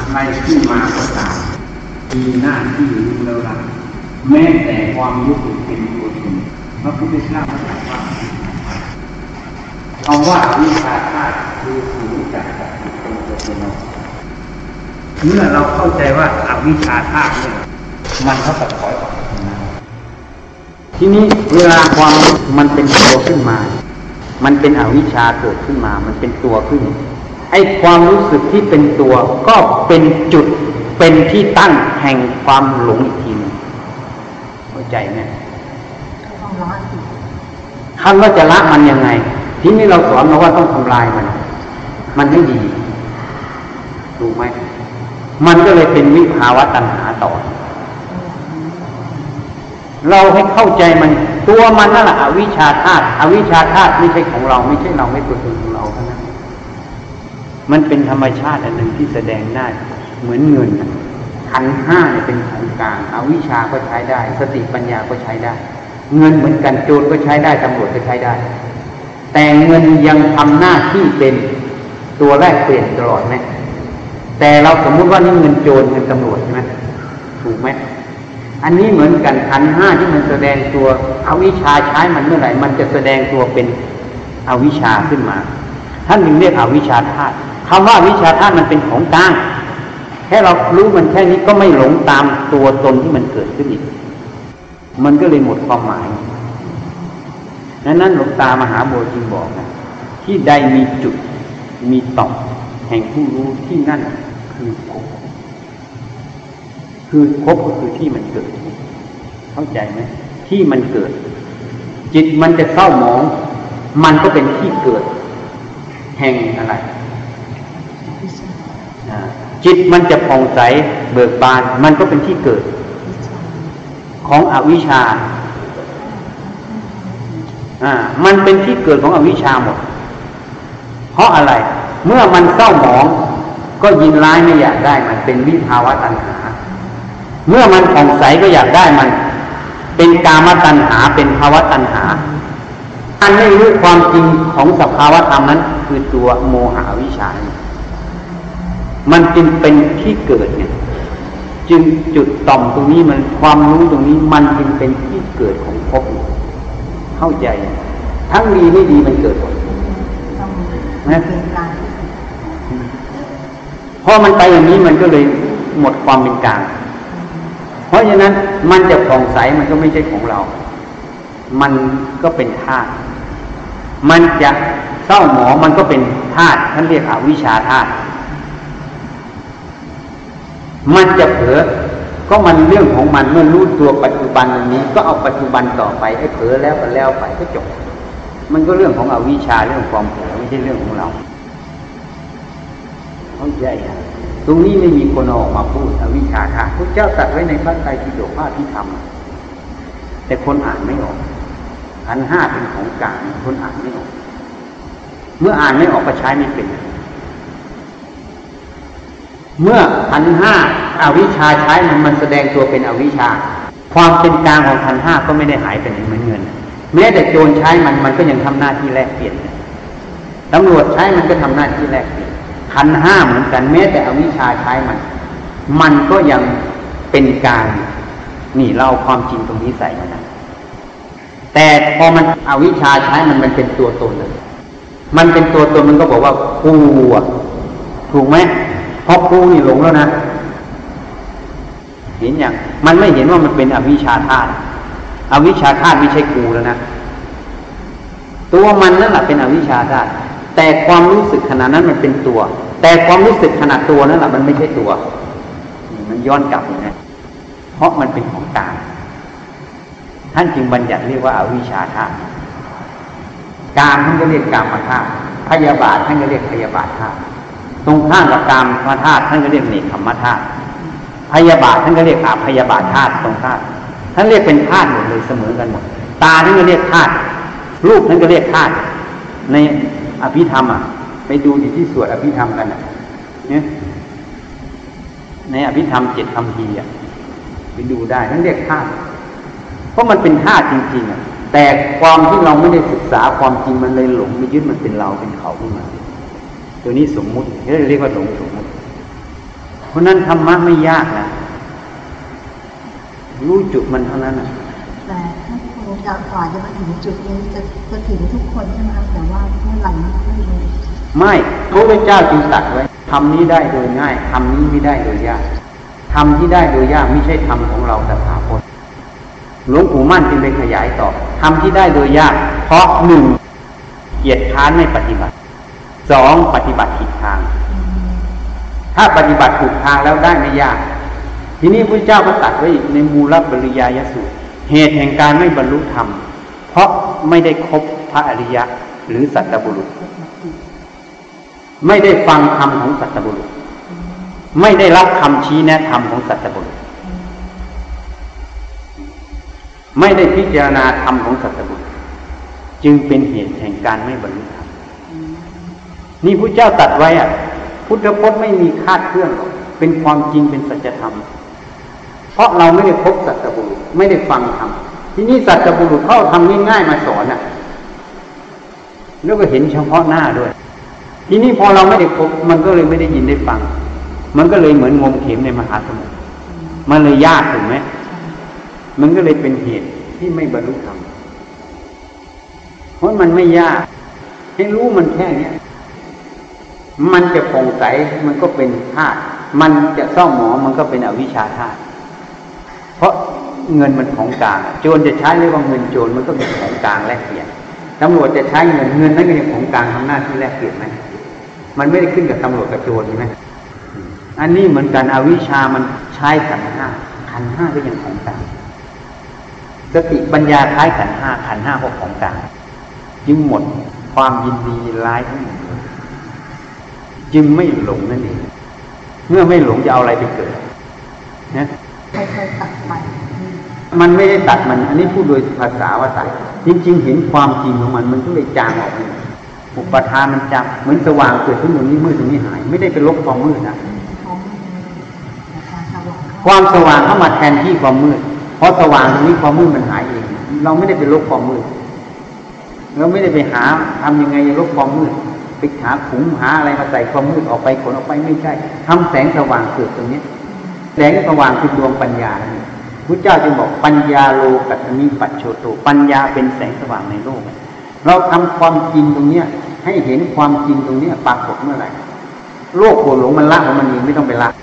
ใครขึ้นมาก็ตามมีหน้าที่รู้แล้วละแม้แต่ความรู้สึกเป็นตัวตนพระพุทธเจ้าตรัสว่าคำว่าอวิชชาธาตุคือสูญจากเป็นตัวตนเราเมื่อเราเข้าใจว่าอวิชชาธาตุเนี่ยมันก็ตัดถอยออกทีนี้เวลาความมันเป็นตัวขึ้นมามันเป็นอวิชชาเกิดขึ้นมามันเป็นตัวขึ้นไอ้ความรู้สึกที่เป็นตัวก็เป็นจุดเป็นที่ตั้งแห่งความหลงอีกทีนึงเข้าใจไหมคำว่าจะละมันยังไงทีนี้เราสอนเราว่าต้องทำลายมันไม่ดีถูกไหมมันก็เลยเป็นวิภาวะตัณหาต่อเราให้เข้าใจมันตัวมันนั่นแหละอวิชชาธาตุอวิชชาธาตุไม่ใช่ของเราไม่ใช่เราไม่ตัวตนของเราเท่านั้นมันเป็นธรรมชาติอันหนึ่งที่แสดงได้เหมือนเงินขันธ์ห้าเนี่ยเป็นของกลางอวิชชาก็ใช้ได้สติปัญญาก็ใช้ได้เงินเหมือนกันโจรก็ใช้ได้ตำรวจก็ใช้ได้แต่เงินยังทำหน้าที่เป็นตัวแรกเปลี่ยนตลอดไหมแต่เราสมมุติว่านี่เงินโจรเงินตำรวจใช่ไหมถูกไหมอันนี้เหมือนกันขันธ์ห้าที่มันแสดงตัวอวิชชาใช้มันเมื่อไหร่มันจะแสดงตัวเป็นอวิชชาขึ้นมาท่านจึงเรียกอวิชชาธาตุคำว่าอวิชชาธาตุมันเป็นของกลางแค่เรารู้มันแค่นี้ก็ไม่หลงตามตัวตนที่มันเกิดขึ้นอีกมันก็เลยหมดความหมายนั้นหลวงตามหาบัวจึงบอกนะที่ใดมีจุดมีต่อมแห่งผู้รู้ที่นั่นคือภพก็คือที่มันเกิดเข้าใจไหมที่มันเกิดจิตมันจะเศร้าหมองมันก็เป็นที่เกิดแห่งอะไรจิตมันจะผ่องใสเบิกบานมันก็เป็นที่เกิดของอวิชชามันเป็นที่เกิดของอวิชชาหมดเพราะอะไรเมื่อมันเศร้าหมองก็ยินร้ายไม่อยากได้มันเป็นวิภาวะตัณหาเมื่อมันผ่องใสก็อยากได้มันเป็นกามตัณหาเป็นภาวะตัณหาอันไม่รู้ความจริงของสภาวะธรรมนั้นคือตัวโมหะวิชชามันจึงเป็นที่เกิดเนี่ยจึงจุดต่อมตรงนี้มันความรู้ตรงนี้มันจึงเป็นที่เกิดของภพเข้าใจทั้งดีไม่ดีมันเกิดหมดนะเพราะมันไปอย่างนี้มันก็เลยหมดความเป็นกลางเพราะฉะนั้นมันจะผ่องใสมันก็ไม่ใช่ของเรามันก็เป็นธาตุมันจะเศร้าหมองมันก็เป็นธาตุท่านเรียกอวิชชาธาตุมันจะเผลอก็มันเรื่องของมันเมื่อรู้ตัวปัจจุบันนี้ก็เอาปัจจุบันต่อไปไอ้เผลอแล้วก็แล้วไปก็จบมันก็เรื่องของอวิชชาเรื่องความเผลอไม่ใช่เรื่องของเราเข้าใจตรงนี้ไม่มีคนออกมาพูดอวิชชาธาตุพระเจ้าตรัสไว้ในพระไตรปิฎกพระอภิธรรมแต่คนอ่านไม่ออกขันธ์ห้าเป็นของกลางคนอ่านไม่ออกเมื่ออ่านไม่ออกก็ใช้ไม่เป็นเมื่อขันธ์ห้าอวิชชาใช้มันแสดงตัวเป็นอวิชชาความเป็นกลางของขันธ์ห้าก็ไม่ได้หายไปไหนเหมือนเงินแม้แต่โจรใช้มันก็ยังทำหน้าที่แลกเปลี่ยนตำรวจใช้มันก็ทำหน้าที่แลกเปลี่ยนขันธ์ห้าเหมือนกันแม้แต่อวิชชาใช้มันก็ยังเป็นกลางนี่เราความจริงตรงนี้ใส่มันนะแต่พอมันอวิชชาใช้มันเป็นตัวตนเลยมันเป็นตัวตนมันก็บอกว่ากูถูกไหมเพราะกูนี่หลงแล้วนะเห็นอย่างมันไม่เห็นว่ามันเป็นอวิชชาธาตุอวิชชาธาตุไม่ใช่กูแล้วนะตัวมันนั่นแหละเป็นอวิชชาธาตุแต่ความรู้สึกขณะนั้นมันเป็นตัวแต่ความรู้สึกขณะตัวนั่นแหละมันไม่ใช่ตัวมันย้อนกลับนะเพราะมันเป็นของกลางท่านจึงบัญญัติเรียกว่าอวิชชาธาตุกามท่านก็เรียกกามธาตุพยาบาทท่านก็เรียกพยาบาทธาตุตรงข้ามกับกามธาตุท่านก็เรียกเนกขัมมธาตุพยาบาทท่านก็เรียกอพยาบาทธาตุตรงข้ามท่านเรียกเป็นธาตุหมดเลยเสมอกันหมดตาท่านก็เรียกธาตุรูปท่านก็เรียกธาตุในอภิธรรมไปดูที่สวดอภิธรรมกันเนี่ยในอภิธรรม7 คัมภีร์ไปดูได้ท่านเรียกธาตุเพราะมันเป็นธาตุจริงๆแต่ความที่เราไม่ได้ศึกษาความจริงมันเลยหลงไม่ยึดมันเป็นเราเป็นเขาขึ้นมาตัวนี้สมมุติเรียกว่าหลงสมมุติเพราะนั้นธรรมะไม่ยากนะรู้จุดมันเท่านั้นนะแต่ถ้าครูจะกว่าจะมาถึงจุดนี้จะถึงทุกคนใช่ไหมคะแต่ว่าเมื่อไหร่ไม่รู้ไม่พระพุทธเจ้าจึงตรัสไว้ทำนี้ได้โดยง่ายทำนี้ไม่ได้โดยยากทำที่ได้โดยยากไม่ใช่ธรรมของเราตถาคตหลวงปู่มั่นจึงไปขยายต่อทำที่ได้โดยยากเพราะหนึ่งเกียรติค้านไม่ปฏิบัติสองปฏิบัติผิดทางถ้าปฏิบัติถูกทางแล้วได้ไม่ยากทีนี้พระเจ้าก็ตรัสไว้ในมูลปริยายสูตรเหตุแห่งการไม่บรรลุธรรมเพราะไม่ได้คบพระอริยะหรือสัตตบุรุษไม่ได้ฟังธรรมของสัตตบุรุษไม่ได้รับคำชี้แนะธรรมของสัตตบุรุษไม่ได้พิจารณาธรรมของสัตตบุรุษจึงเป็นเหตุแห่งการไม่บรรลุธรรมนี่พระเจ้าตรัสไว้พุทธพจน์ไม่มีคาดเคลื่อนหรอกเป็นความจริงเป็นสัจธรรมเพราะเราไม่ได้พบสัตตบุรุษไม่ได้ฟังธรรมที่นี่สัตตบุรุษเข้าทำง่ายๆมาสอนแล้วก็เห็นเฉพาะหน้าด้วยทีนี้พอเราไม่ได้พบมันก็เลยไม่ได้ยินได้ฟังมันก็เลยเหมือนงมเข็มในมหาสมุทรมันเลยยากถูกไหมมันก็เลยเป็นเหตุที่ไม่บรรลุธรรมเพราะมันไม่ยากให้รู้มันแค่เนี้ยมันจะผ่องใสมันก็เป็นธาตุมันจะเศร้าหมองมันก็เป็นอวิชชาธาตุเพราะเงินมันของกลางโจรจะใช้เรียกว่าเงินโจรมันก็เป็นของกลางแลกเปลี่ยนตำรวจจะใช้เงินนั้นก็เป็นของกลางทำหน้าที่แลกเปลี่ยนไหมมันไม่ได้ขึ้นกับตำรวจกับโจรใช่ไหมอันนี้เหมือนกันอวิชชามันใช้ขันธ์ห้าขันธ์ห้าก็ยังของกลางสติปัญญาใช้ขันธ์ห้าขันธ์ห้าก็ของกลางจึงหมดความยินดีร้ายทั้งหมดจึงไม่หลงนั่นเองเมื่อไม่หลงจะเอาอะไรไปเกิดนะค่อยๆตัดไปมันไม่ได้ตัดมันอันนี้พูดโดยภาษาว่าตัดจริงๆเห็นความจริงของมันก็เลยจางออกไปอุปทานมันจางเหมือนสว่างเกิดขึ้นตรงนี้มืดตรงนี้หายไม่ได้ไปลบความมืดนะความสว่างเข้ามาแทนที่ความมืดเพราะสว่างตรงนี้ความมืดมันหายเองเราไม่ได้ไปลบความมืดเราไม่ได้ไปหาทำยังไงจะลบความมืดไปหาขุมหาอะไรมาใส่ความมืดออกไปขนออกไปไม่ใช่ทำแสงสว่างเกิดตรงนี้แสงสว่างคือดวงปัญญาพุทธเจ้าจึงบอกปัญญาโลกัสมิปัจโชโตปัญญาเป็นแสงสว่างในโลกเราทำความจริงตรงนี้ให้เห็นความจริงตรงนี้ปรากฏเมื่อไหร่โลกโกรธหลงมันละของมันเองไม่ต้องไปละ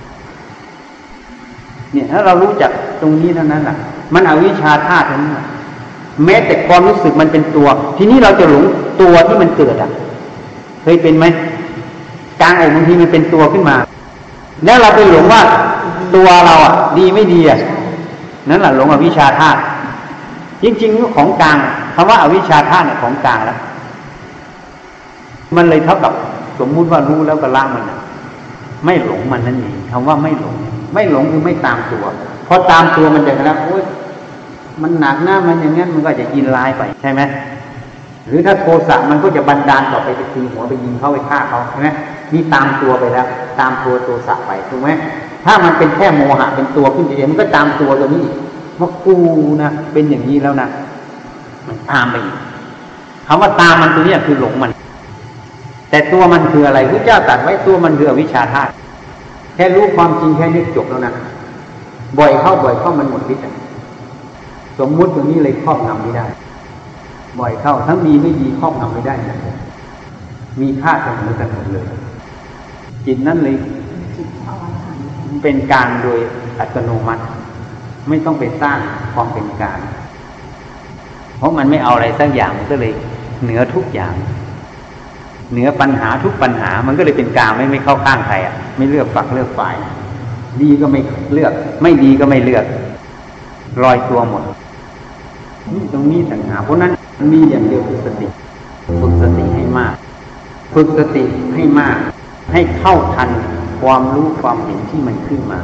เนี่ยถ้าเรารู้จักตรงนี้เท่านั้นแหละมันอวิชชาธาตุทั้งนั้นแม้แต่ความรู้สึกมันเป็นตัวทีนี้เราจะหลงตัวที่มันเกิดเคยเป็นไหมกลางอกบางทีมันเป็นตัวขึ้นมาแล้วเราไปหลงว่าตัวเราดีไม่ดีนั่นแหละหลงอวิชชาธาตุจริงๆก็ของกลางคำว่าอวิชชาธาตุเนี่ยของกลางแล้วมันเลยเท่ากับสมมุติว่ารู้แล้วก็ละมันไม่หลงมันนั่นเองคำว่าไม่หลงคือไม่ตามตัวพอตามตัวมันจะแล้วโอ๊ยมันหนักหน้ามันอย่างนั้นมันก็จะยินร้ายไปใช่ไหมหรือถ้าโทสะมันก็จะบันดาลต่อไปจะตีหัวไปยิงเขาไปฆ่าเขาใช่ไหมนี่ตามตัวไปแล้วตามตัวโทสะไปถูกไหมถ้ามันเป็นแค่โมหะเป็นตัวขึ้นเฉยๆมันก็ตามตัวตัวนี้ว่ากูนะเป็นอย่างนี้แล้วนะมันตามไปอีกคำว่าตามมันตัวนี้คือหลงมันแต่ตัวมันคืออะไรพระเจ้าตรัสไว้ตัวมันคืออวิชชาธาตุแค่รู้ความจริงแค่นี้จบแล้วนะบ่อยเข้ามันหมดฤทธิ์สมมุติตรงนี้เลยครอบงำไม่ได้บ่อยเข้าทั้งดีไม่ดีครอบงำไม่ได้นะมีค่าเสมอกันหมดเลยจิตนั้นเลยเป็นกลางโดยอัตโนมัติไม่ต้องไปสร้างความเป็นกลางเพราะมันไม่เอาอะไรสักอย่างมันก็เลยเหนือทุกอย่างเหนือปัญหาทุกปัญหามันก็เลยเป็นกลางไม่เข้าข้างใครไม่เลือกฝักเลือกฝ่ายดีก็ไม่เลือกไม่ดีก็ไม่เลือกลอยตัวหมดนี่ตรงนี้ต่างหากเพราะนั้นมีอย่างเดียวคือสติฝึกสติให้มากฝึกสติให้มากให้เข้าทันความรู้ความเห็นที่มันขึ้นมา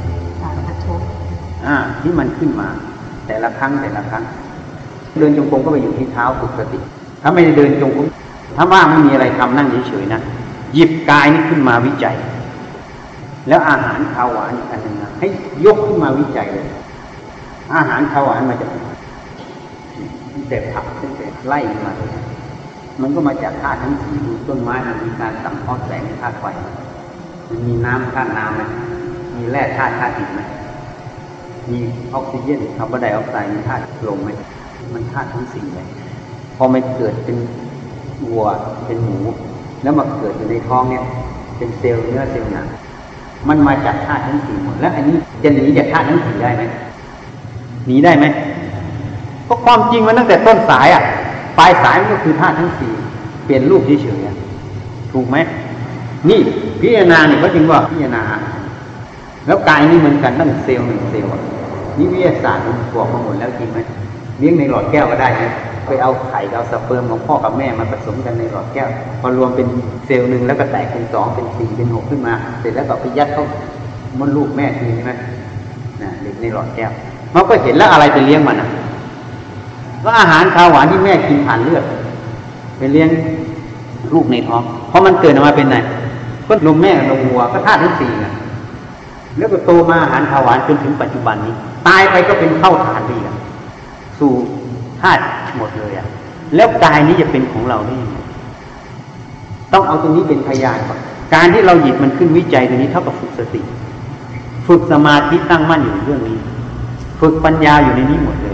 ที่มันขึ้นมาแต่ละครั้งเดินจงกรมก็ไปอยู่ที่เท้าฝึกสติถ้าไม่ได้เดินจงกรมถ้าว่างไม่มีอะไรทำนั่งเฉยๆนะหยิบกายนี้ขึ้นมาวิจัยแล้วอาหารข้าวหวานอีกอันหนึ่งนะให้ยกขึ้นมาวิจัยเลยอาหารข้าวหวานมาจากแต่ผักตั้งแต่ไล่มาเลยมันก็มาจากธาตุทั้งสี่ดูต้นไม้มันมีการสังเคราะห์แสงธาตุไฟมันมีน้ำธาตุน้ำนะมีแร่ธาตุดินไหมมีออกซิเจนคาร์บอนไดออกไซด์มีธาตุลมไหมมันธาตุทั้งสี่เลยพอมันเกิดเป็นวัวเป็นหมูแล้วมาเกิดอยู่ในท้องเนี่ยเป็นเซลล์เนื้อเซลล์หนังมันมาจากธาตุทั้งสี่หมดแล้วอันนี้จะหนีจากธาตุทั้งสี่ได้ไหมหนีได้ไหมเพราะความจริงมันตั้งแต่ต้นสายปลายสายมันก็คือธาตุทั้งสี่เปลี่ยนรูปเฉยๆถูกไหมนี่พิจารณาเนี่ยเขาจึงว่าพิจารณาแล้วกายนี่เหมือนกันตั้งเซลล์หนึ่งเซลล์นี่วิทยาศาสตร์มันบอกมาหมดแล้วจริงไหมเลี้ยงในหลอดแก้วก็ได้นะไปเอาไข่เอาสเปิร์มของพ่อกับแม่มาผสมกันในหลอดแก้วพอรวมเป็นเซลล์หนึ่งแล้วก็แตกเป็น2เป็น4เป็น6ขึ้นมาเสร็จแล้วก็ไปยัดเข้ามดลูกแม่ทีใช่ไหมเด็กในหลอดแก้วมันก็เห็นแล้วอะไรไปเลี้ยงมันก็อาหารข้าวหวานที่แม่กินผ่านเลือดไปเลี้ยงลูกในท้องเพราะมันเกิดออกมาเป็นไงก็นมแม่กับนมวัวก็ธาตุทั้งสี่นะแล้วก็โตมาอาหารข้าวหวานจนถึงปัจจุบันนี้ตายไปก็เป็นเข้าฐานดีสู่ธาตุหมดเลยแล้วกายนี้จะเป็นของเราได้ยังไงต้องเอาตรงนี้เป็นพยานก่อนการที่เราหยิบมันขึ้นวิจัยตรงนี้เท่ากับฝึกสติฝึกสมาธิตั้งมั่นอยู่ในเรื่องนี้ฝึกปัญญาอยู่ในนี้หมดเลย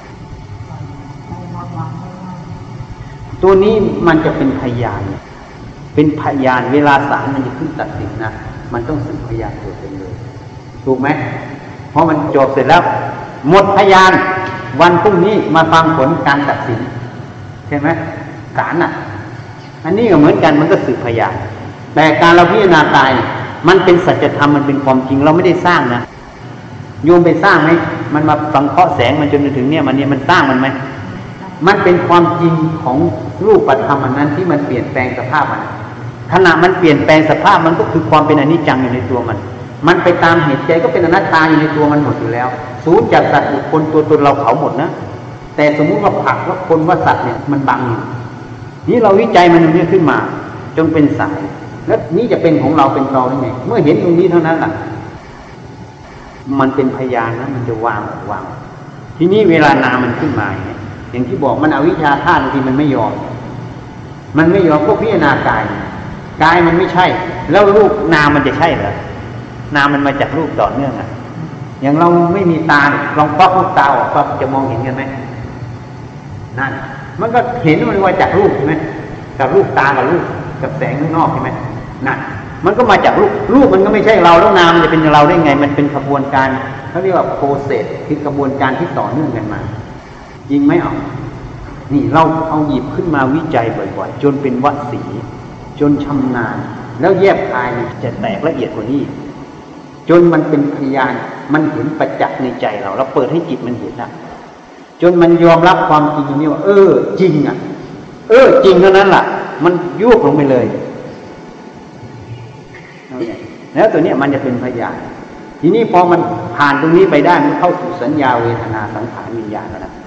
ตัวนี้มันจะเป็นพยานเป็นพยานเวลาศาลมันจะขึ้นตัดสินนะมันต้องสืบพยานตัวเป็นเลยถูกไหมเพราะมันจบเสร็จแล้วหมดพยานวันพรุ่งนี้มาฟังผลการตัดสินใช่ไหมศาลอันนี้ก็เหมือนกันมันก็สืบพยานแต่การเราพิจารณากายมันเป็นสัจธรรมมันเป็นความจริงเราไม่ได้สร้างนะโยมไปสร้างไหมมันมาสังเคราะห์แสงมันจนถึงเนี่ยมันสร้างมันไหมมันเป็นความจริงของรูปธรรมอันนั้นที่มันเปลี่ยนแปลงสภาพมันขณะมันเปลี่ยนแปลงสภาพมันก็คือความเป็นอนิจจังอยู่ในตัวมันไปตามเหตุใจก็เป็นอนัตตาอยู่ในตัวมันหมดอยู่แล้วสูญจากสัตว์บุคคลตัวตนเราเขาหมดนะแต่สมมุติว่าผักว่าคนว่าสัตว์เนี่ยมันบังอยู่นี่เราวิจัยมันตรงนี้ขึ้นมาจนเป็นสายแล้วนี่จะเป็นของเราเป็นเราได้ไงเมื่อเห็นตรงนี้เท่านั้นมันเป็นพยานนะมันจะวางทีนี้เวลานามมันขึ้นมาอย่างที่บอกมันอวิชชาธาตุบางทีมันไม่ยอมพวกพิจารณากายมันไม่ใช่แล้วรูปนามมันจะใช่เหรอนามมันมาจากรูปต่อเนื่องอย่างเราไม่มีตาลองควักลูกตาออกก็จะมองเห็นกันไหมนั่นมันก็เห็นมันมาจากรูปใช่ไหมกับรูปตากับรูปกับแสงข้างนอกใช่ไหมนั่นมันก็มาจากรูปมันก็ไม่ใช่เราแล้วนามมันจะเป็นเราได้ไงมันเป็นกระบวนการเขาเรียกว่าโปรเซสคือกระบวนการที่ต่อเนื่องกันมาจริงไหมนี่เราเอาหยิบขึ้นมาวิจัยบ่อยๆจนเป็นวสีจนชำนาญแล้วแยบคายจะแตกละเอียดกว่านี้จนมันเป็นพยานมันเห็นประจักษ์ในใจเราเปิดให้จิตมันเห็นจนมันยอมรับความจริงนี้ว่าจริงจริงเท่านั้นล่ะมันยุบลงไปเลยแล้วตัวนี้มันจะเป็นพยานทีนี้พอมันผ่านตรงนี้ไปได้มันเข้าสู่สัญญาเวทนาสังขารวิญญาณแล้วนะ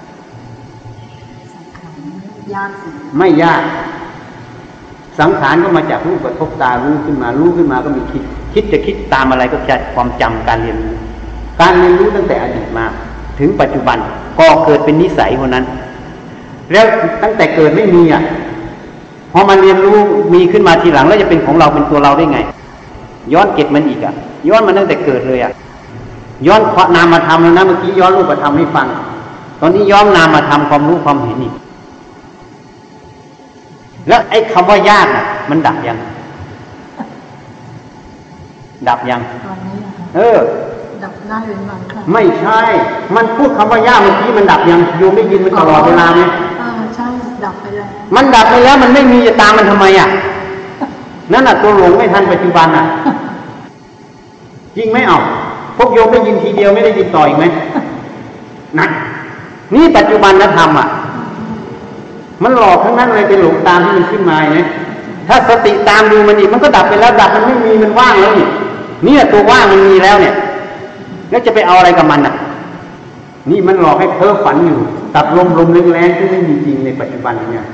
ไม่ยากสังขารก็มาจากรูปกระทบตารู้ขึ้นมาก็มีคิดจะคิดตามอะไรก็จะความจำการเรียนรู้ตั้งแต่อดีตมาถึงปัจจุบันก็เกิดเป็นนิสัยคนนั้นแล้วตั้งแต่เกิดไม่มีพอมาเรียนรู้มีขึ้นมาทีหลังแล้วจะเป็นของเราเป็นตัวเราได้ไงย้อนเก็บมันอีกย้อนมาตั้งแต่เกิดเลยย้อนนามธรรมแล้วนะเมื่อกี้ย้อนรูปธรรมให้ฟังตอนนี้ย้อนนามธรรมความรู้ความเห็นอีกแล้วไอ้คำว่ายากมันดับยังดับได้เป็นบางครั้งไม่ใช่มันพูดคำว่ายากเมื่อกี้มันดับยังโยมได้ยินมันตลอดเวลาไหมใช่ดับไปแล้วมันดับไปแล้วมันไม่มีจะตามมันทำไมนั่นตัวหลงไม่ทันปัจจุบันจริงไหมพวกโยมได้ยินทีเดียวไม่ได้ยินต่ออีกไหมนั่นนี่ปัจจุบันธรรมมันหลอกทั้งนั้นเลยเป็นหลงตามที่มันขึ้นมาเนี่ยถ้าสติตามดูมันอีกมันก็ดับไปแล้วดับมันไม่มีมันว่างแล้วนี่ตัวว่างมันมีแล้วเนี่ยแล้วจะไปเอาอะไรกับมันนี่มันหลอกให้เพ้อฝันอยู่ตัดลมแรงๆที่ไม่มีจริงในปัจจุบันเนี่ย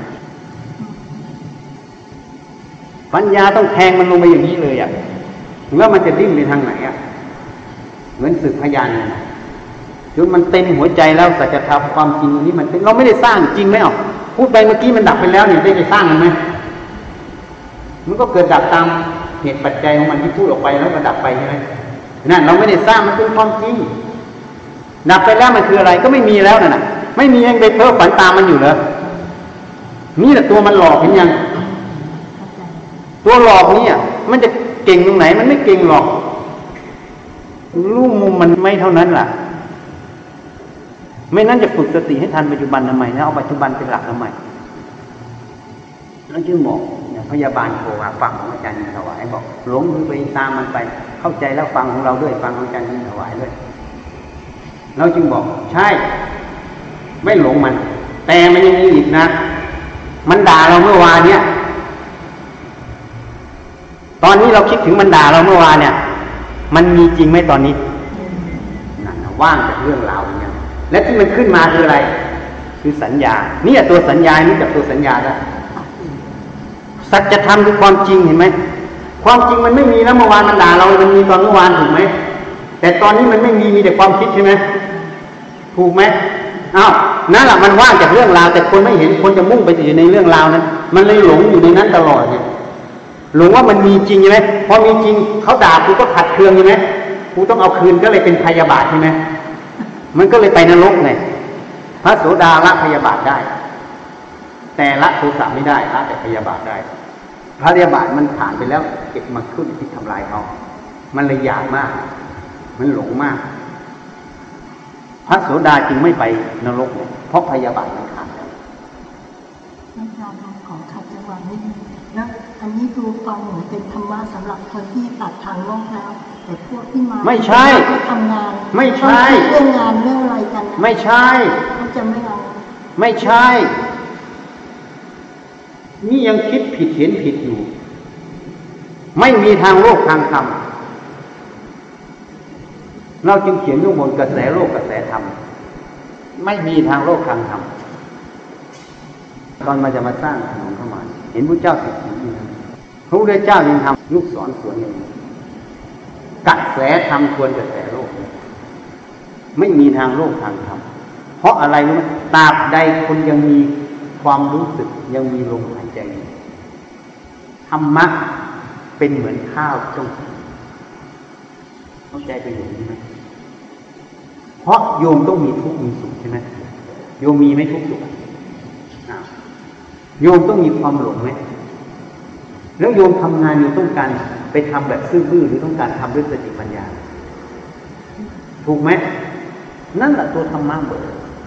ปัญญาต้องแทงมันลงไปอย่างนี้เลยแล้วมันจะดิ้นไปทางไหนเหมือนสืบพยานจนมันเต็มหัวใจแล้วสัจธรรมความจริงนี้มันเราไม่ได้สร้างจริงไหมพูดไปเมื่อกี้มันดับไปแล้วนี่ได้ไปสร้างมันไหมมันก็เกิดดับตามเหตุปัจจัยของมันที่พูดออกไปแล้วก็ดับไปใช่ไหมนั่นเราไม่ได้สร้างมันเป็นความจริงดับไปแล้วมันคืออะไรก็ไม่มีแล้วน่ะไม่มียังไปเพ้อฝันตามมันอยู่เหรอนี่แหละตัวมันหลอกเห็นยังตัวหลอกเนี่ยมันจะเก่งตรงไหนมันไม่เก่งหรอกรู้มุมมันไม่เท่านั้นล่ะไม่นั้นจะฝึกสติให้ทันปัจจุบันทำไมนะเอาปัจจุบันเป็นหลักทำไมแล้วจึงบอกเนี่ยพยาบาลโทรมาฟังของอาจารย์ยินถวายบอกหลงคือไปตามมันไปเข้าใจแล้วฟังของเราด้วยฟังของอาจารย์ยินถวายด้วยเราจึงบอกใช่ไม่หลงมันแต่มันยังมีอีกนะมันด่าเราเมื่อวานเนี่ยตอนนี้เราคิดถึงมันด่าเราเมื่อวานเนี่ยมันมีจริงไหมตอนนี้นั่นว่างจากเรื่องราวอย่างเงี้ยและที่มันขึ้นมาคืออะไรคือสัญญานี่ตัวสัญญานี่กับตัวสัญญาแล้วสัจธรรมคือความจริงเห็นไหมความจริงมันไม่มีแล้วเมื่อวานมันด่าเรามันมีตอนเมื่อวานถูกไหมแต่ตอนนี้มันไม่มีแต่ความคิดใช่ไหมถูกไหมอ้าวนั่นแหละมันว่างจากเรื่องราวแต่คนไม่เห็นคนจะมุ่งไปอยู่ในเรื่องราวนั้นมันเลยหลงอยู่ในนั้นตลอดเนี่ยหลงว่ามันมีจริงใช่ไหมพอมีจริงเขาด่ากูก็ขัดเคืองใช่ไหมกูต้องเอาคืนก็เลยเป็นพยาบาทใช่ไหมมันก็เลยไปนรกไงพระโสดาละพยาบาทได้แต่ละโทสะไม่ได้ละแต่พยาบาทได้พระพยาบาทมันผ่านไปแล้วเก็บมาขึ้นที่ทำลายเขามันเลยอยากมากมันหลงมากพระโสดาจึงไม่ไปนรกเพราะพยาบาทมันขาดแล้วอาจารย์ขอขัดจังหวะนิดนึงแล้วอันนี้ดูฟังเหมือนเป็นธรรมะสำหรับคนที่ตัดทางโลกแล้วแต่พวกที่มาไม่ใช่ที่ทำงานไม่ใช่เรื่องงานเรื่องอะไรกันไม่ใช่เขาจะไม่เอาไม่ใช่นี่ยังคิดผิดเห็นผิดอยู่ไม่มีทางโลกทางธรรมเราจึงเขียนอยู่บนกระแสโลกกระแสธรรมไม่มีทางโลกทางธรรมตอนมาจะมาสร้างถนนเข้ามาเห็นพระเจ้าสิทธินี่นะพระพุทธเจ้ายังทำลูกศรสวนอย่างนี้กระแสธรรมควรกระแสโลกไม่มีทางโลกทางธรรมเพราะอะไรรู้ไหมตราบใดคนยังมีความรู้สึกยังมีลมหายใจธรรมะเป็นเหมือนข้าวจ้องเข้าใจประโยชน์นี้ไหมเพราะโยมต้องมีทุกข์มีสุขใช่ไหมโยมมีไหมทุกข์สุขโยมต้องมีความหลงไหมแล้วโยมทำงานโยมต้องการไปทำแบบซื่อๆหรือต้องการทำด้วยสติปัญญาถูกไหมนั่นแหละตัวธรรมะหมด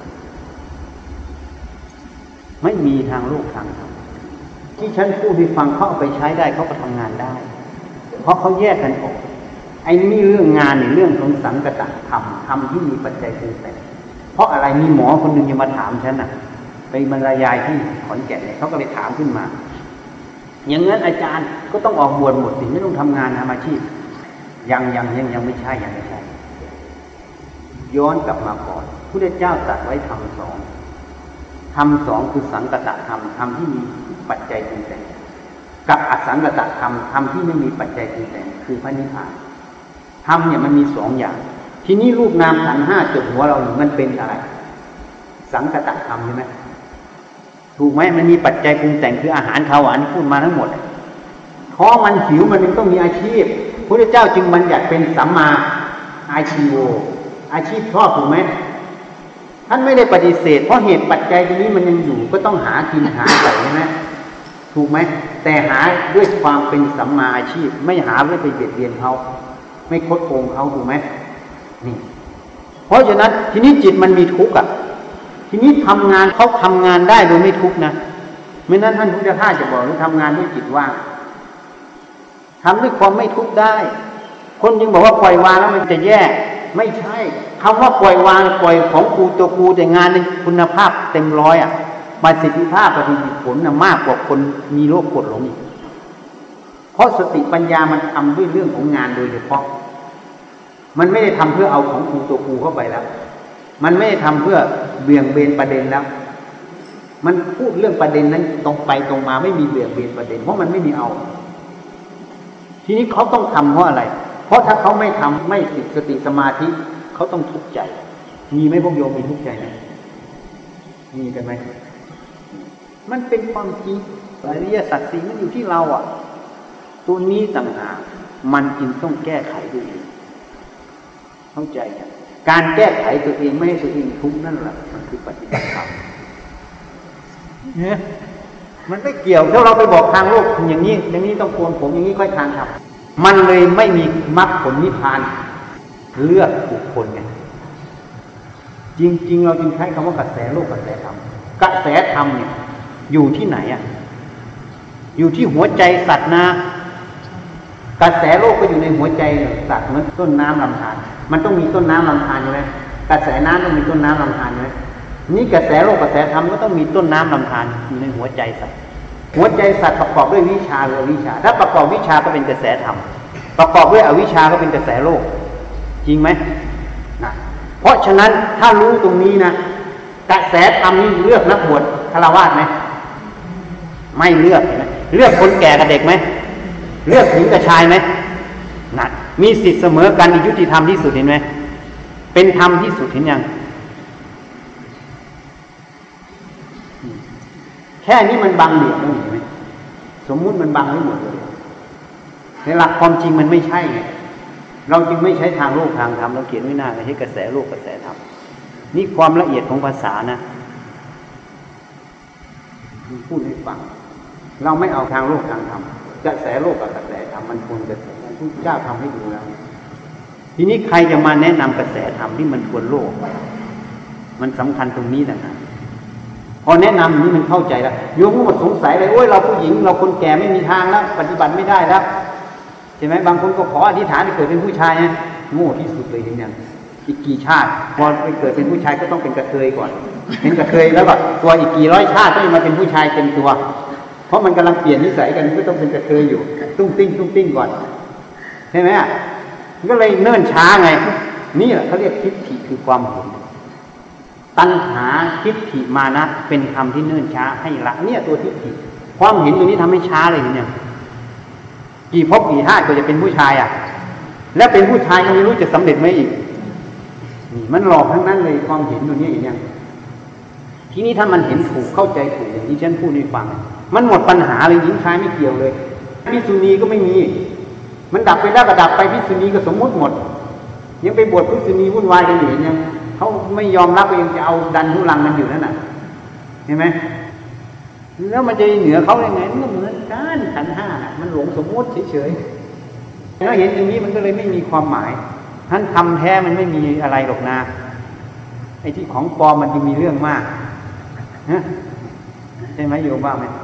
ไม่มีทางโลกทางธรรมที่ฉันพูดให้ฟังเขาเอาไปใช้ได้เขาก็ทำงานได้เพราะเขาแยกกันออกไอ้นี่เรื่องงานนี่เรื่องของสังกัตธรรมที่มีปัจจัยปรุงแต่งเพราะอะไรมีหมอคนหนึ่งยังมาถามฉันน่ะไปบรรยายที่ขอนแก่นเนี่ยเขาก็เลยถามขึ้นมาอย่างนั้นอาจารย์ก็ต้องออกบวชหมดสิไม่ต้องทำงานทำอาชีพยังไม่ใช่ยังไม่ใช่ย้อนกลับมาก่อนพระเจ้าตรัสไว้ธรรมสองคือสังกัตธรรมที่มีปัจจัยปรุงแต่งกับอสังกัตธรรมที่ไม่มีปัจจัยปรุงแต่งคือพระนิพพานธรรมเนี่ยมันมีสองอย่างทีนี้รูปนามขันธ์ห้าจดหัวเรามันเป็นอะไรสังกัตธรรมใช่ไหมถูกไหมมันมีปัจจัยปรุงแต่งคืออาหารข้าวหวานพูดมาทั้งหมดท้องมันหิวมันต้องมีอาชีพพระเจ้าจึงบัญญัติเป็นสัมมาอาชีโวอาชีพชอบถูกไหมท่านไม่ได้ปฏิเสธเพราะเหตุปัจจัยตรงนี้มันยังอยู่ก็ต้องหากินหาใส่ใช่ไหมถูกไหมแต่หาด้วยความเป็นสัมมาอาชีพไม่หาด้วยไปเบียดเบียนเขาไม่คดโกงเขาถูกไหมนี่เพราะฉะนั้นทีนี้จิตมันมีทุกข์อ่ะทีนี้ทำงานเขาทำงานได้โดยไม่ทุกข์นะไม่นั้นท่านพุทธทาสจะบอกว่าทำงานด้วยจิตว่างทำด้วยความไม่ทุกข์ได้คนจึงบอกว่าปล่อยวางแล้วมันจะแย่ไม่ใช่คำว่าปล่อยวางปล่อยของกูตัวกูแต่งานในคุณภาพเต็มร้อยอ่ะประสิทธิภาพประสิทธิผลมากกว่าคนมีโรคกดหลงอีกเพราะสติปัญญามันทำด้วยเรื่องของงานโดยเฉพาะมันไม่ได้ทำเพื่อเอาของกูตัวกูเข้าไปแล้วมันไม่ได้ทำเพื่อเบี่ยงเบนประเด็นแล้วมันพูดเรื่องประเด็นนั้นตรงไปตรงมาไม่มีเบี่ยงเบนประเด็นเพราะมันไม่มีเอาทีนี้เขาต้องทำเพราะอะไรเพราะถ้าเขาไม่ทำไม่ติดสติสมาธิเขาต้องทุกข์ใจมีไหมพวกโยมมีทุกข์ใจไหมมีกันไหมมันเป็นความจริงอริยสัจสี่มันอยู่ที่เราอ่ะตัวนี้ต่างหากมันจึงต้องแก้ไขด้วยเข้าใจกันการแก้ไขตัวเองไม่ให้ตัวเองทุกข์นั่นแหละมันคือปฏิบัติธรรมเนี่ยมันไม่เกี่ยวถ้าเราไปบอกทางโลกอย่างนี้ต้องโกนผมอย่างนี้ค่อยทางธรรมมันเลยไม่มีมรรคผลนิพพานเลือกบุคคลไงจริงๆเราจึงใช้คำว่ากระแสโลกกระแสธรรมกระแสธรรมเนี่ยอยู่ที่ไหนอ่ะอยู่ที่หัวใจสัตว์นะกระแสโลกก็อยู่ในหัวใจสัตว์เหมือนต้นน้ำลำธารมันต้องมีต้นน้ำลำธารใช่ไหมกระแสน้ำต้องมีต้นน้ำลำธารใช่ไหมนี่กระแสโลกกระแสธรรมก็ต้องมีต้นน้ำลำธารอยู่ในหัวใจสัตว์หัวใจสัตว์ประกอบด้วยวิชาหรืออวิชชาถ้าประกอบวิชาก็เป็นกระแสธรรมประกอบด้วยอวิชชาก็เป็นกระแสโลกจริงไหมนะเพราะฉะนั้นถ้ารู้ตรงนี้นะกระแสธรรมนี่เลือกนักบวชฆราวาสไหมไม่เลือกเห็นไหมเลือกคนแก่กับเด็กไหมเลือกหญิงกับชายไหมนะมีสิทธิเสมอกันยุติธรรมที่สุดเห็นไหมเป็นธรรมที่สุดเห็นยังแค่นี้มันบังเหลี่ยมแล้วเห็นไหมสมมุติมันบังไม่หมดเลยในหลักความจริงมันไม่ใช่ไงเราจึงไม่ใช้ทางโลกทางธรรมเราเขียนไว้หน้าใช้กระแสโลกกระแสธรรมนี่ความละเอียดของภาษานะพูดให้ฟังเราไม่เอาทางโลกทางธรรมกระแสโลกกับกระแสธรรมมันควรกระแสพระเจ้าทำให้ดูแล้วทีนี้ใครจะมาแนะนำกระแสธรรมที่มันควรโลกมันสำคัญตรงนี้นะพอแนะนำนี้มันเข้าใจแล้วโยมก็หมดสงสัยเลยโอ้ยเราผู้หญิงเราคนแก่ไม่มีทางแล้วปฏิบัติไม่ได้แล้วใช่ไหมบางคนก็ขออธิษฐานให้เกิดเป็นผู้ชายนะโง่ที่สุดเลยเห็นยังอีกกี่ชาติพอไปเกิดเป็นผู้ชายก็ต้องเป็นกระเทยก่อนเป็นกระเทยแล้วก็ตัวอีกกี่ร้อยชาติก็จะมาเป็นผู้ชายเต็มตัวเพราะมันกำลังเปลี่ยนนิสัยกันก็ต้องเป็นกระเทยอยู่ตุ้งติ้งก่อนใช่ไหมก็เลยเนิ่นช้าไงนี่แหละเขาเรียกทิฏฐิคือความเห็นตัณหาทิฏฐิมานะเป็นคำที่เนิ่นช้าให้ละเนี่ยตัวทิฏฐิความเห็นตัวนี้ทำให้ช้าเลยเนี่ยกี่ภพกี่ชาติก็จะเป็นผู้ชายอ่ะแล้วเป็นผู้ชายก็ไม่รู้จะสำเร็จไหมอีกนี่มันหลอกทั้งนั้นเลยความเห็นตัวนี้อย่างเนี้ยทีนี้ถ้ามันเห็นถูกเข้าใจถูกอย่างที่ฉันพูดให้ฟังมันหมดปัญหาเลยหญิงชายไม่เกี่ยวเลยภิกษุณีก็ไม่มีมันดับไปแล้วก็ดับไปภิกษุณีก็สมมุติหมดยังไปบวชภิกษุณีวุ่นวายกันอยู่ยังเขาไม่ยอมรับเองจะเอาดันทุลังมันอยู่นั่นน่ะเห็นไหมแล้วมันจะเหนือเขายังไงมันก็เหมือนกันขันธ์ห้ามันหลงสมมุติเฉยๆแล้วเห็นอย่างนี้มันก็เลยไม่มีความหมายท่านทำแท้มันไม่มีอะไรหรอกนะไอ้ที่ของปลอมมันจะมีเรื่องมากนะใช่ไหมโยมว่าไหม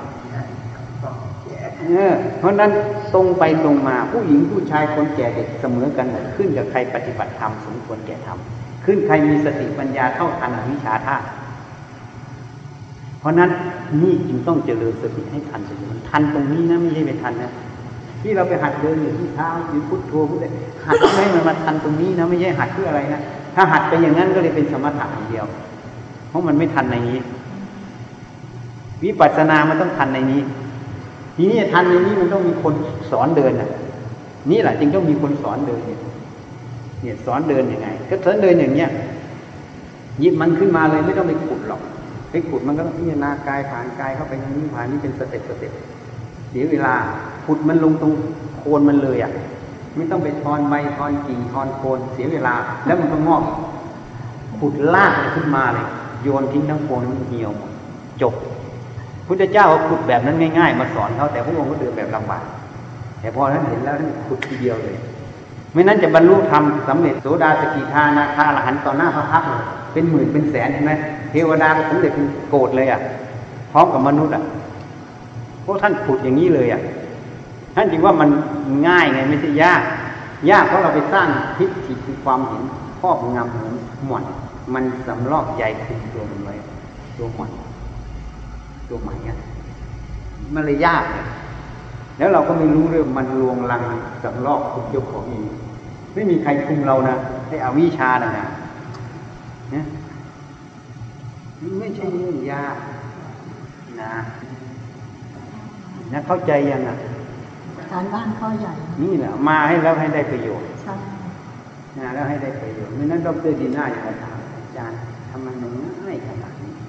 เพราะนั้นตรงไปตรงมาผู้หญิงผู้ชายคนแก่เด็กเสมอกันหมดขึ้นกับใครปฏิบัติธรรมสมควรแก่ธรรมขึ้นใครมีสติปัญญาเท่าทันอวิชชาธาตุเพราะนั้นนี่จึงต้องเจริญสติให้ทันมันทันตรงนี้นะไม่ใช่ไปทันนะที่เราไปหัดเดินอยู่ที่เท้าอยู่พุทโธพุทโธหัดให้มันมาทันตรงนี้นะไม่ใช่หัดเพื่ออะไรนะถ้าหัดไปอย่างนั้นก็เลยเป็นสมถะอย่างเดียวเพราะมันไม่ทันในนี้วิปัสสนามันต้องทันในนี้ทีนี้ทันในนี้มันต้องมีคนสอนเดินน่ะนี่แหละจึงต้องมีคนสอนเดินเนี่ยสอนเดินยังไงก็สอนเดินอย่างเนี้ยหยิบมันขึ้นมาเลยไม่ต้องไปขุดหรอกไปขุดมันก็ต้องพิจารณากายผ่านกายเข้าไปตรงนี้ผ่านนี้เป็นสเต็ปเดี๋ยวเวลาขุดมันลงตรงโคนมันเลยไม่ต้องไปทอนใบทอนกิ่งทอนโคนเสียเวลาแล้วมันก็งอกขุดลากขึ้นมาเลยโยนทิ้งทั้งโคนมันเหี่ยวหมดจบพุทธเจ้าขุดแบบนั้นง่ายๆมาสอนเขาแต่พระองค์ก็เดินแบบลำบากแต่พอท่านเห็นแล้วท่านขุดทีเดียวเลยไม่นั้นจะบรรลุธรรมสำเร็จโสดาสกิทานาคาอรหันต์ต่อหน้าพระพักตร์เป็นหมื่นเป็นแสนใช่ไหมเทวดาก็สำเร็จเป็นโกรธเลยพร้อมกับมนุษย์เพราะท่านขุดอย่างนี้เลยท่านจึงว่ามันง่ายไงไม่ใช่ยากเพราะเราไปสร้างทิฏฐิคือความเห็นครอบงำเหมือนหม่อนมันสำลอกใยคุมตัวมันไว้ตัวหม่อนตัวใหม่มันเลยยากเลยแล้วเราก็ไม่รู้เรื่องมันลวงลังสำลอกคุมเจ้าของเองไม่มีใครคุมเรานะให้อวิชชานะไม่ใช่เรื่องยากนะเข้าใจยังการบ้านข้อใหญ่นี่แหละมาให้แล้วให้ได้ประโยชน์ใช่แล้วให้ได้ประโยชน์ไม่นั้นดร.ดีน่าอย่างไรถามอาจารย์ทำไมมันง่ายขนาดนี้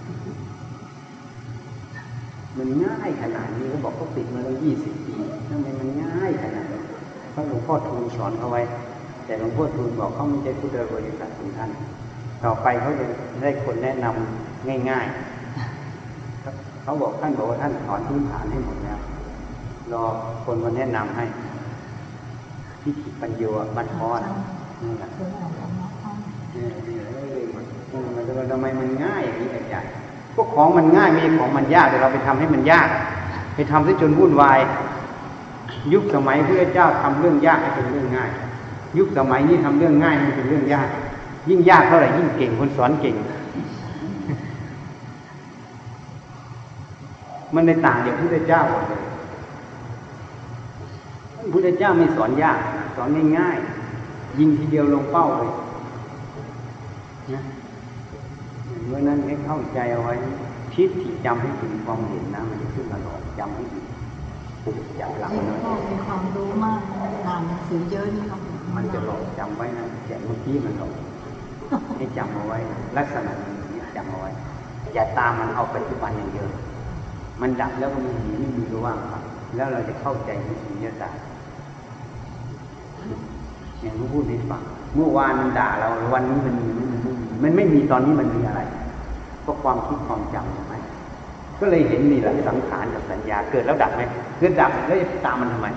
มันง่ายขนาดนี้เขาบอกเขาติดมาแล้ว20 ปีทำไมมันง่ายขนาดนี้เพราะหลวงพ่อทูลสอนเขาไว้แต่หลวงพ่อทูลบอกเขาไม่ใช่พุทธบริษัทของท่านต่อไปเขาจะได้คนแนะนำง่ายๆเขาบอกท่านบอกว่าท่านถอนพื้นฐานให้หมดแล้วรอคนมาแนะนำให้พิธีปัญโยบันทอนนี่แหละมันทำไมมันง่ายอย่างนี้อาจารย์พวกของมันง่ายไม่ใช่ของมันยากแต่เราไปทำให้มันยากไปทำซะจนวุ่นวายยุคสมัยพระเจ้าทำเรื่องยากให้เป็นเรื่องง่ายยุคสมัยนี้ทำเรื่องง่ายให้เป็นเรื่องยากยิ่งยากเท่าไหร่ยิ่งเก่งคนสอนเก่งมันในต่างจากพระเจ้าหมดเลยพระเจ้าไม่สอนยากสอนง่ายๆยิงทีเดียวลงเป้าเลยนะเมื่อนั้นให้เข้าใจเอาไว้ทิฏฐิจำให้ถึงความเห็นนะมันจะขึ้นมาหลอกจำให้ถึงปลุกจับหลังนะมีความรู้มากอ่านหนังสือเยอะนี่ครับมันจะหลอกจำไว้นะแต่เมื่อกี้มันหลอกให้จำเอาไว้ลักษณะนี้จำเอาไว้อย่าตามมันเอาปัจจุบันอย่างเดียวมันดับแล้วมันไม่มีรู้ว่างครับแล้วเราจะเข้าใจในสิ่งนี้ได้อย่างที่พูดให้ฟังเมื่อวานมันด่าเราวันนี้มันไม่มีตอนนี้มันมีอะไรเพราะความคิดความจำใช่ไหมก็เลยเห็นนี่แหละสังขารกับสัญญาเกิดแล้วดับไหมเกิดดับแล้วจะตามมันทำไม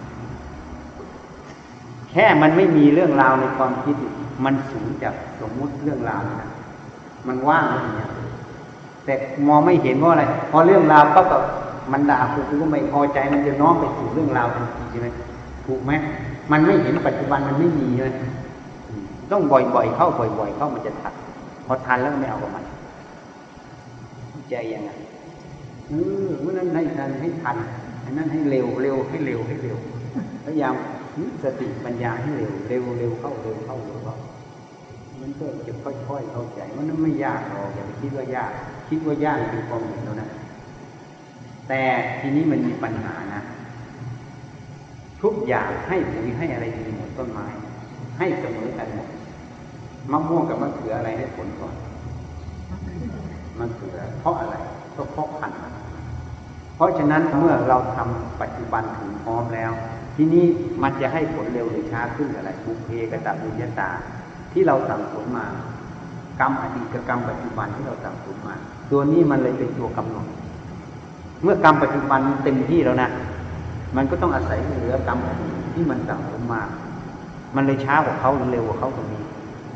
แค่มันไม่มีเรื่องราวในความคิดมันสูญจากสมมุติเรื่องราวนะมันว่างอย่างเงี้ยแต่มองไม่เห็นว่าอะไรพอเรื่องราวก็มันด่าคุณก็ไม่พอใจมันจะน้อมไปสู่เรื่องราวทันทีใช่ไหมถูกไหมมันไม่เห็นปัจจุบันมันไม่มีเลยต้องบ่อยๆเข้าบ่อยๆเข้ามันจะทันพอทันแล้วไม่เอากับมันใจยังไงเมื่อนั้นให้ทันอันนั้นให้เร็วให้เร็วพยายามสติปัญญาให้เร็วเข้ามันก็จะค่อยๆเข้าใจมันไม่ยากหรอกอย่าไปคิดว่ายากเป็นความเห็นแล้วนะแต่ทีนี้มันมีปัญหานะทุกอย่างให้ปุ๋ยให้อะไรดีหมดต้นไม้ให้เสมอกันหมดมะม่วงกับมะเขืออะไรให้ผลก่อนมะเขือเพราะอะไรก็เพราะพันธุ์เพราะฉะนั้นเมื่อเราทำปัจจุบันถึงพร้อมแล้วทีนี้มันจะให้ผลเร็วหรือช้าขึ้นอะไรบุพเพกตบุญญาตาที่เราสั่งสมมากรรมอดีตกับกรรมปัจจุบันที่เราสั่งสมมาตัวนี้มันเลยเป็นตัวกำหนดเมื่อกรรมปัจจุบันเต็มที่แล้วนะมันก็ต้องอาศัยเหลือกรรมที่มันสั่งสมมามันเลยช้ากว่าเขาหรือเร็วกว่าเขาตรงนี้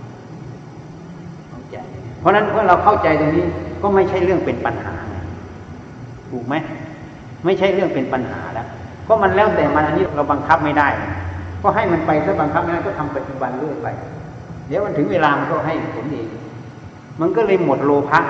เข้าใจเพราะนั้นเมื่อเราเข้าใจตรงนี้ก็ไม่ใช่เรื่องเป็นปัญหาถูกไหมไม่ใช่เรื่องเป็นปัญหาแล้วเพราะมันแล้วแต่มันอันนี้เราบังคับไม่ได้ก็ให้มันไปถ้าบังคับไม่ได้ก็ทำปัจจุบันเรื่อยไปเดี๋ยวมันถึงเวลามันก็ให้ผลเองมันก็เลยหมดโลภะ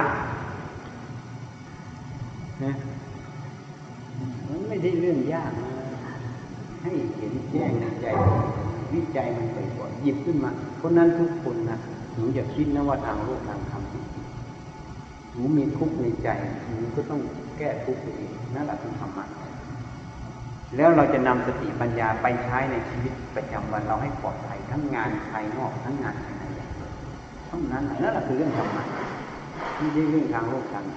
นะมันไม่ได้เรื่องยากนะให้เห็นแจ้งในใจวิจัยมันบ่อยๆหยิบขึ้นมาเพราะนั้นทุกคนนะหนูอย่าคิดนะว่าทางโลกทางธรรมหนูมีทุกข์ในใจหนูก็ต้องแก้ทุกข์เองนั่นแหละคือธรรมะแล้วเราจะนำสติปัญญาไปใช้ในชีวิตประจำวันเราให้ปลอดภัยทั้งงานภายนอกทั้งงานภายในเท่านั้นนั่นแหละคือเรื่องธรรมะไม่ใช่เรื่องทางโลกทาง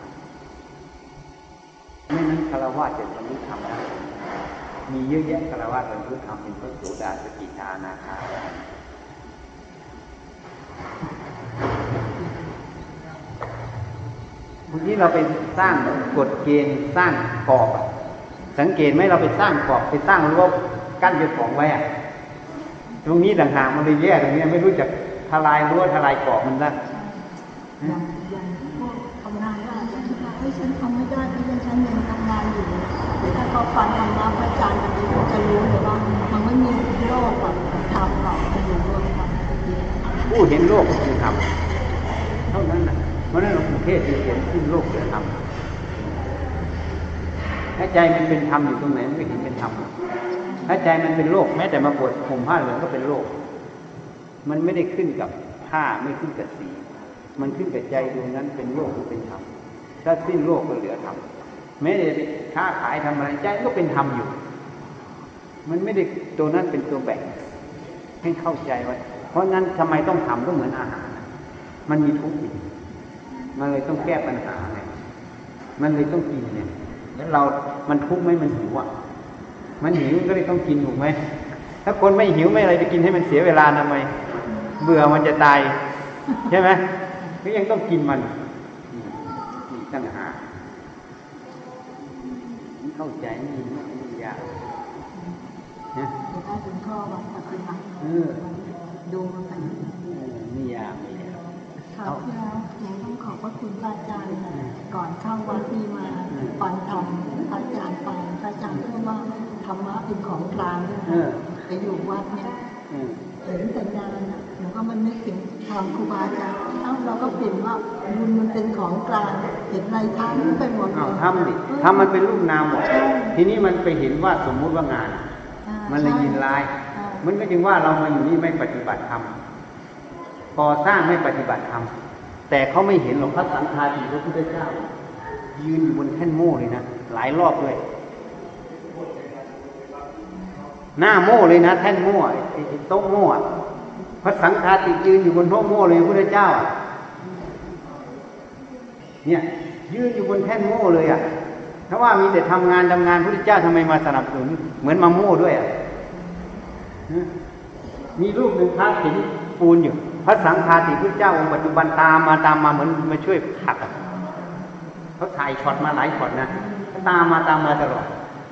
ไม่นั้นฆราวาสจะบรรลุธรรมได้มีเยอะแยะฆราวาสบรรลุธรรมเป็นพระโสดาสกิทานาคาบางทีเราไปสร้างกฎเกณฑ์สร้างกรอบสังเกตไหมเราไปสร้างกรอบไปสร้างรั้วกั้นเจ้าของไว้ตรงนี้ต่างหากมันเลยแย่ตรงนี้ไม่รู้จักทลายรั้วทลายกรอบมันได้อย่างพวกทำงานก็อาจจะคิดว่าฉันทำไม่ได้เพราะฉันยังทำงานอยู่แต่ถ้าเขาฟังธรรมะพระอาจารย์แบบนี้เขาจะรู้เลยว่ามันไม่มีโลกแบบธรรมหรอกมันอยู่รวมกันผู้เห็นโลกคือธรรมเท่านั้นนะเพราะนั้นหลวงปู่เทศน์เขียนขึ้นโลกคือธรรมถ้าใจมันเป็นธรรมอยู่ตรงไหนมันก็เห็นเป็นธรรมถ้าใจมันเป็นโลกแม้แต่มาบวชห่มผ้าเหลืองก็เป็นโลกมันไม่ได้ขึ้นกับผ้าไม่ขึ้นกับสีมันขึ้นกับใจดวงนั้นเป็นโลกหรือเป็นธรรมถ้าสิ้นโลกก็เหลือธรรมแม้จะค้าขายทำอะไรใจก็เป็นธรรมอยู่มันไม่ได้ตัวนั้นเป็นตัวแบ่งให้เข้าใจไว้เพราะงั้นทำไมต้องทำก็เหมือนอาหารมันมีทุกข์มันเลยต้องแก้ปัญหาไงมันเลยต้องกินเนี่ยแล้วมันทุกข์ไหมมันหิวมันหิวก็เลยต้องกินถูกไหมถ้าคนไม่หิวไม่อะไรไปกินให้มันเสียเวลาทำไมเบื่อมันจะตายใช่ไหมก็ยังต้องกินมันนี่ตั้งหาเข้าใจนี่ไม่ยากนะได้ถึงข้อวัดปฏิบัติดูมันไปไม่ยากครับที่แล้วต้องขอบพระคุณพระอาจารย์ก่อนเข้าวัดนี่มาฟังธรรมพระอาจารย์ฟังพระอาจารย์พูดว่าธรรมะเป็นของกลางไปอยู่วัดเนี่ยเห็นสัญญาณนะหนูก็มันนึกถึงทางครูบาอาจารย์เราก็เปลี่ยนว่าบุญมันเป็นของกลางเห็นอะไรทำไปหมดทำดิทำมันเป็นรูปนามหมดทีนี้มันไปเห็นว่าสมมุติว่างานมันเลยยินร้ายมันก็จึงว่าเรามาอยู่นี่ไม่ปฏิบัติธรรมก่อสร้างไม่ปฏิบัติธรรมแต่เขาไม่เห็นหรอกพระสังฆาธิพระพุทธเจ้ายืนอยู่บนแท่นโม่เลยนะหลายรอบเลยหน้าโม่เลยนะแท่นโม่โต๊ะโม่พระสังฆาธิยืนอยู่บนโต๊ะโม่เลยพระพุทธเจ้าเนี่ยยืนอยู่บนแท่นโม่เลยถ้าว่ามีแต่ทำงานพระพุทธเจ้าทำไมมาสนับสนุนเหมือนมาโม่ด้วยมีรูปหนึ่งพระเห็นปูนอยู่พระสังฆาธิพุทธเจ้าองค์ปัจจุบันตามมาเหมือนมาช่วยขัดเขาถ่ายช็อตมาหลายช็อตนะตามมาตลอด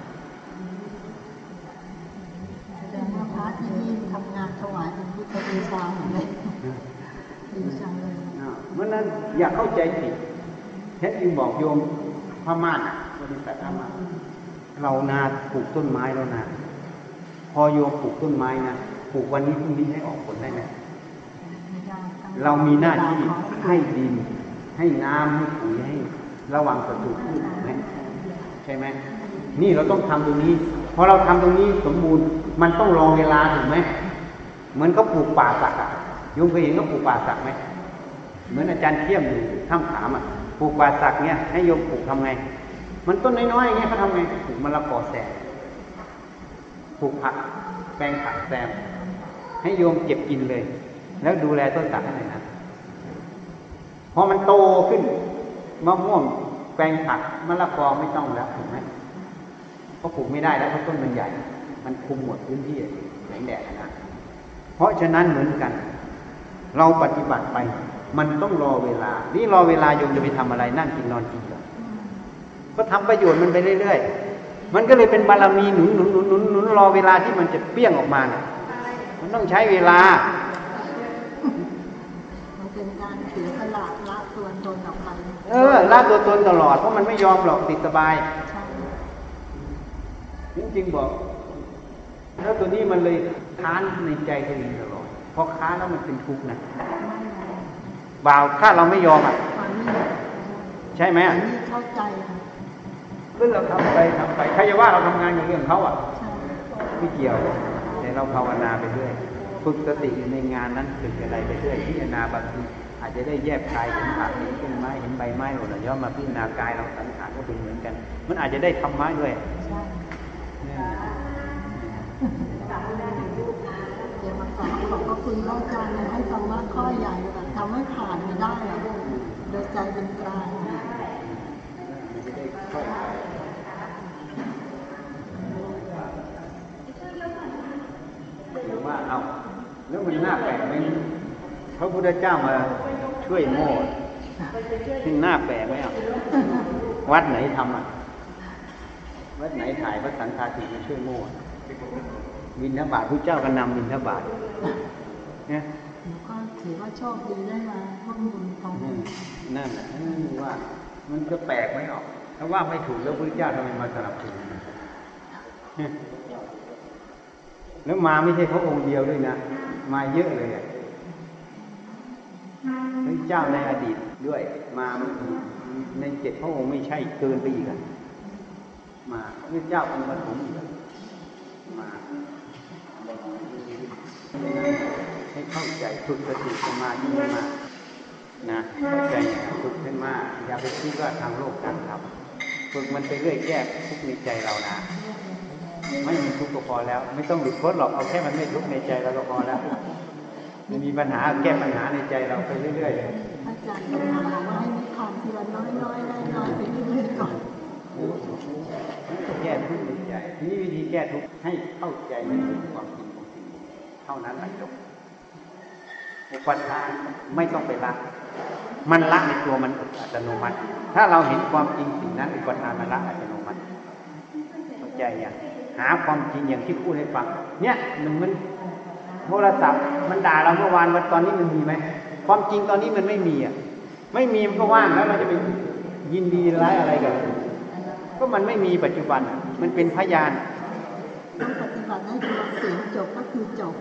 แสดงว่าพระที่นี่ทำงานถวายเป็นพุทธบูชาเหมือนเลยดีจังเลยเพราะนั้นอย่าเข้าใจผิดแค่ยิ่งบอกโยมพม่าบริษัทพม่าเรานาปลูกต้นไม้แล้วนะพอโยมปลูกต้นไม้นะปลูกวันนี้พรุ่งนี้ให้ออกผลได้ไหมเรามีหน้าที่ให้ดินให้น้ำให้ปุ๋ยให้ระวังศัตรูพืชไหมใช่ไหมนี่เราต้องทำตรงนี้พอเราทำตรงนี้สมบูรณ์มันต้องรอเวลาถูกไหมเหมือนเขาปลูกป่าสักโยมเคยเห็นเขาปลูกป่าสักไหมเหมือนอาจารย์เทียมอยู่ท่ามถามปลูกป่าสักเนี่ยให้โยมปลูกทำไงมันต้นน้อยๆอย่างเงี้ยเขาทำไงปลูกมะละกอแซมปลูกผักแปลงผักแซมให้โยมเก็บกินเลยแล้วดูแลต้นสักให้หน่อยนะพอมันโตขึ้นมะม่วงแปลงผักมะละกอไม่ต้องแล้วถูกไหมเพราะปลูกไม่ได้แล้วเพราะต้นมันใหญ่มันคุมหมดพื้นที่แสงแดดนะเพราะฉะนั้นเหมือนกันเราปฏิบัติไปมันต้องรอเวลานี่รอเวลาโยมจะไปทำอะไรนั่งกินนอนกินก็ทำประโยชน์มันไปเรื่อยๆมันก็เลยเป็นบารมีหนุนรอเวลาที่มันจะเปี้ยงออกมาเนี่ยมันต้องใช้เวลามันเป็นการเสียสละละตัวตนออกไปละตัวตนตลอดเพราะมันไม่ยอมหรอกติดสบายจริงๆบอกแล้วตัวนี้มันเลยค้านในใจตัวเองตลอดพอค้านแล้วมันเป็นทุกข์นะบ่าวถ้าเราไม่ยอมใช่ไหมเข้าใจเรื่องเราทำไปใครจะว่าเราทำงานกับเรื่องเขาไม่เกี่ยวแต่เราภาวนาไปเรื่อยฝึกสติอยู่ในงานนั้นฝึกอะไรไปเรื่อยพิจารณาบางทีอาจจะได้แยกกายเห็นผักเห็นต้นไม้เห็นใบไม้หมดเลยย้อนมาพิจารณากายเราสังขารก็เป็นเหมือนกันมันอาจจะได้ธรรมะด้วยเดี๋ยวมาสอนขอบพระคุณพระอาจารย์ให้ธรรมะข้อใหญ่แบบทำให้ผ่านมาได้โดยใจเป็นกลางว่าเอาแล้วมันน่าแปลกไหมพระพุทธเจ้ามาช่วยโม่ซึ่งน่าแปลกไหมวัดไหนทำวัดไหนถ่ายพระสังฆาธิมาช่วยโม่บิณฑบาตพระเจ้าก็นำบิณฑบาตเนี่ยก็ถือว่าโชคดีได้มาร่วมบุญตรงนี้นั่นแหละว่ามันจะแปลกไหมถ้าว่าไม่ถูกแล้วพระเจ้าทำไมมาสนับสนุนแล้วมาไม่ใช่เขาองค์เดียวด้วยนะมาเยอะเลยพระเจ้าในอดีตด้วยมาใน7 พระองค์ไม่ใช่เกินไปอีกมาพระเจ้าองค์ปฐมอีกมาให้เข้าใจฝึกสติสมาธิมานะเข้าใจฝึกขึ้นมาอย่าไปคิดว่าทางโลกการทำฝึกมันไปเรื่อยแก้ทุกในใจเรานะไม่มีทุกข์ก็พอแล้วไม่ต้องหลุดพ้นหรอกเอาแค่มันไม่ทุกข์ในใจเราก็พอแล้วมันมีปัญหาแก้ปัญหาในใจเราไปเรื่อยๆเลยอาจารย์บอกว่าให้มีความทีละน้อยไปเรื่อยๆก่อนแก้ทุกข์ในใจนี่วิธีแก้ทุกข์ให้เข้าใจในความจริงของเท่านั้นแหละจบอุปทานไม่ต้องไปละมันละในตัวมันอัตโนมัติถ้าเราเห็นความจริงสิ่งนั้นอุปทานมันละอัตโนมัติเข้าใจอย่างหาความจริงอย่างที่พูดให้ฟังเนี่ยมันโทรศัพท์มันด่าเราเมื่อวานวันตอนนี้มันมีไหมความจริงตอนนี้มันไม่มีอ่ะไม่มีมันก็ว่างแล้วเราจะไปยินดีร้ายอะไรกันก็มันไม่มีปัจจุบันมันเป็นพยานต้องปฏิบัติให้ตัวเสียงจบก็คือจบ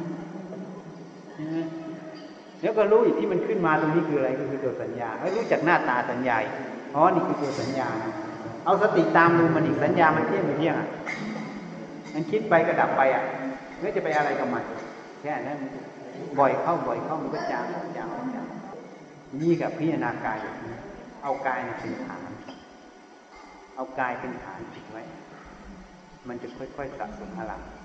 แล้วก็รู้อีกที่มันขึ้นมาตรงนี้คืออะไรก็คือตัวสัญญาให้รู้จักหน้าตาสัญญาเพราะนี่คือตัวสัญญาเอาสติตามดูมันอีกสัญญามันเที่ยงไม่เที่ยงอ่ะมันคิดไปก็ดับไปอ่ะไม่จะไปอะไรกับมันแค่นั้นบ่อยเข้ามันก็จางนี่กับพิจารณากายเอากายเป็นฐานเอากายเป็นฐานติดไว้มันจะค่อยๆสะสมพลัง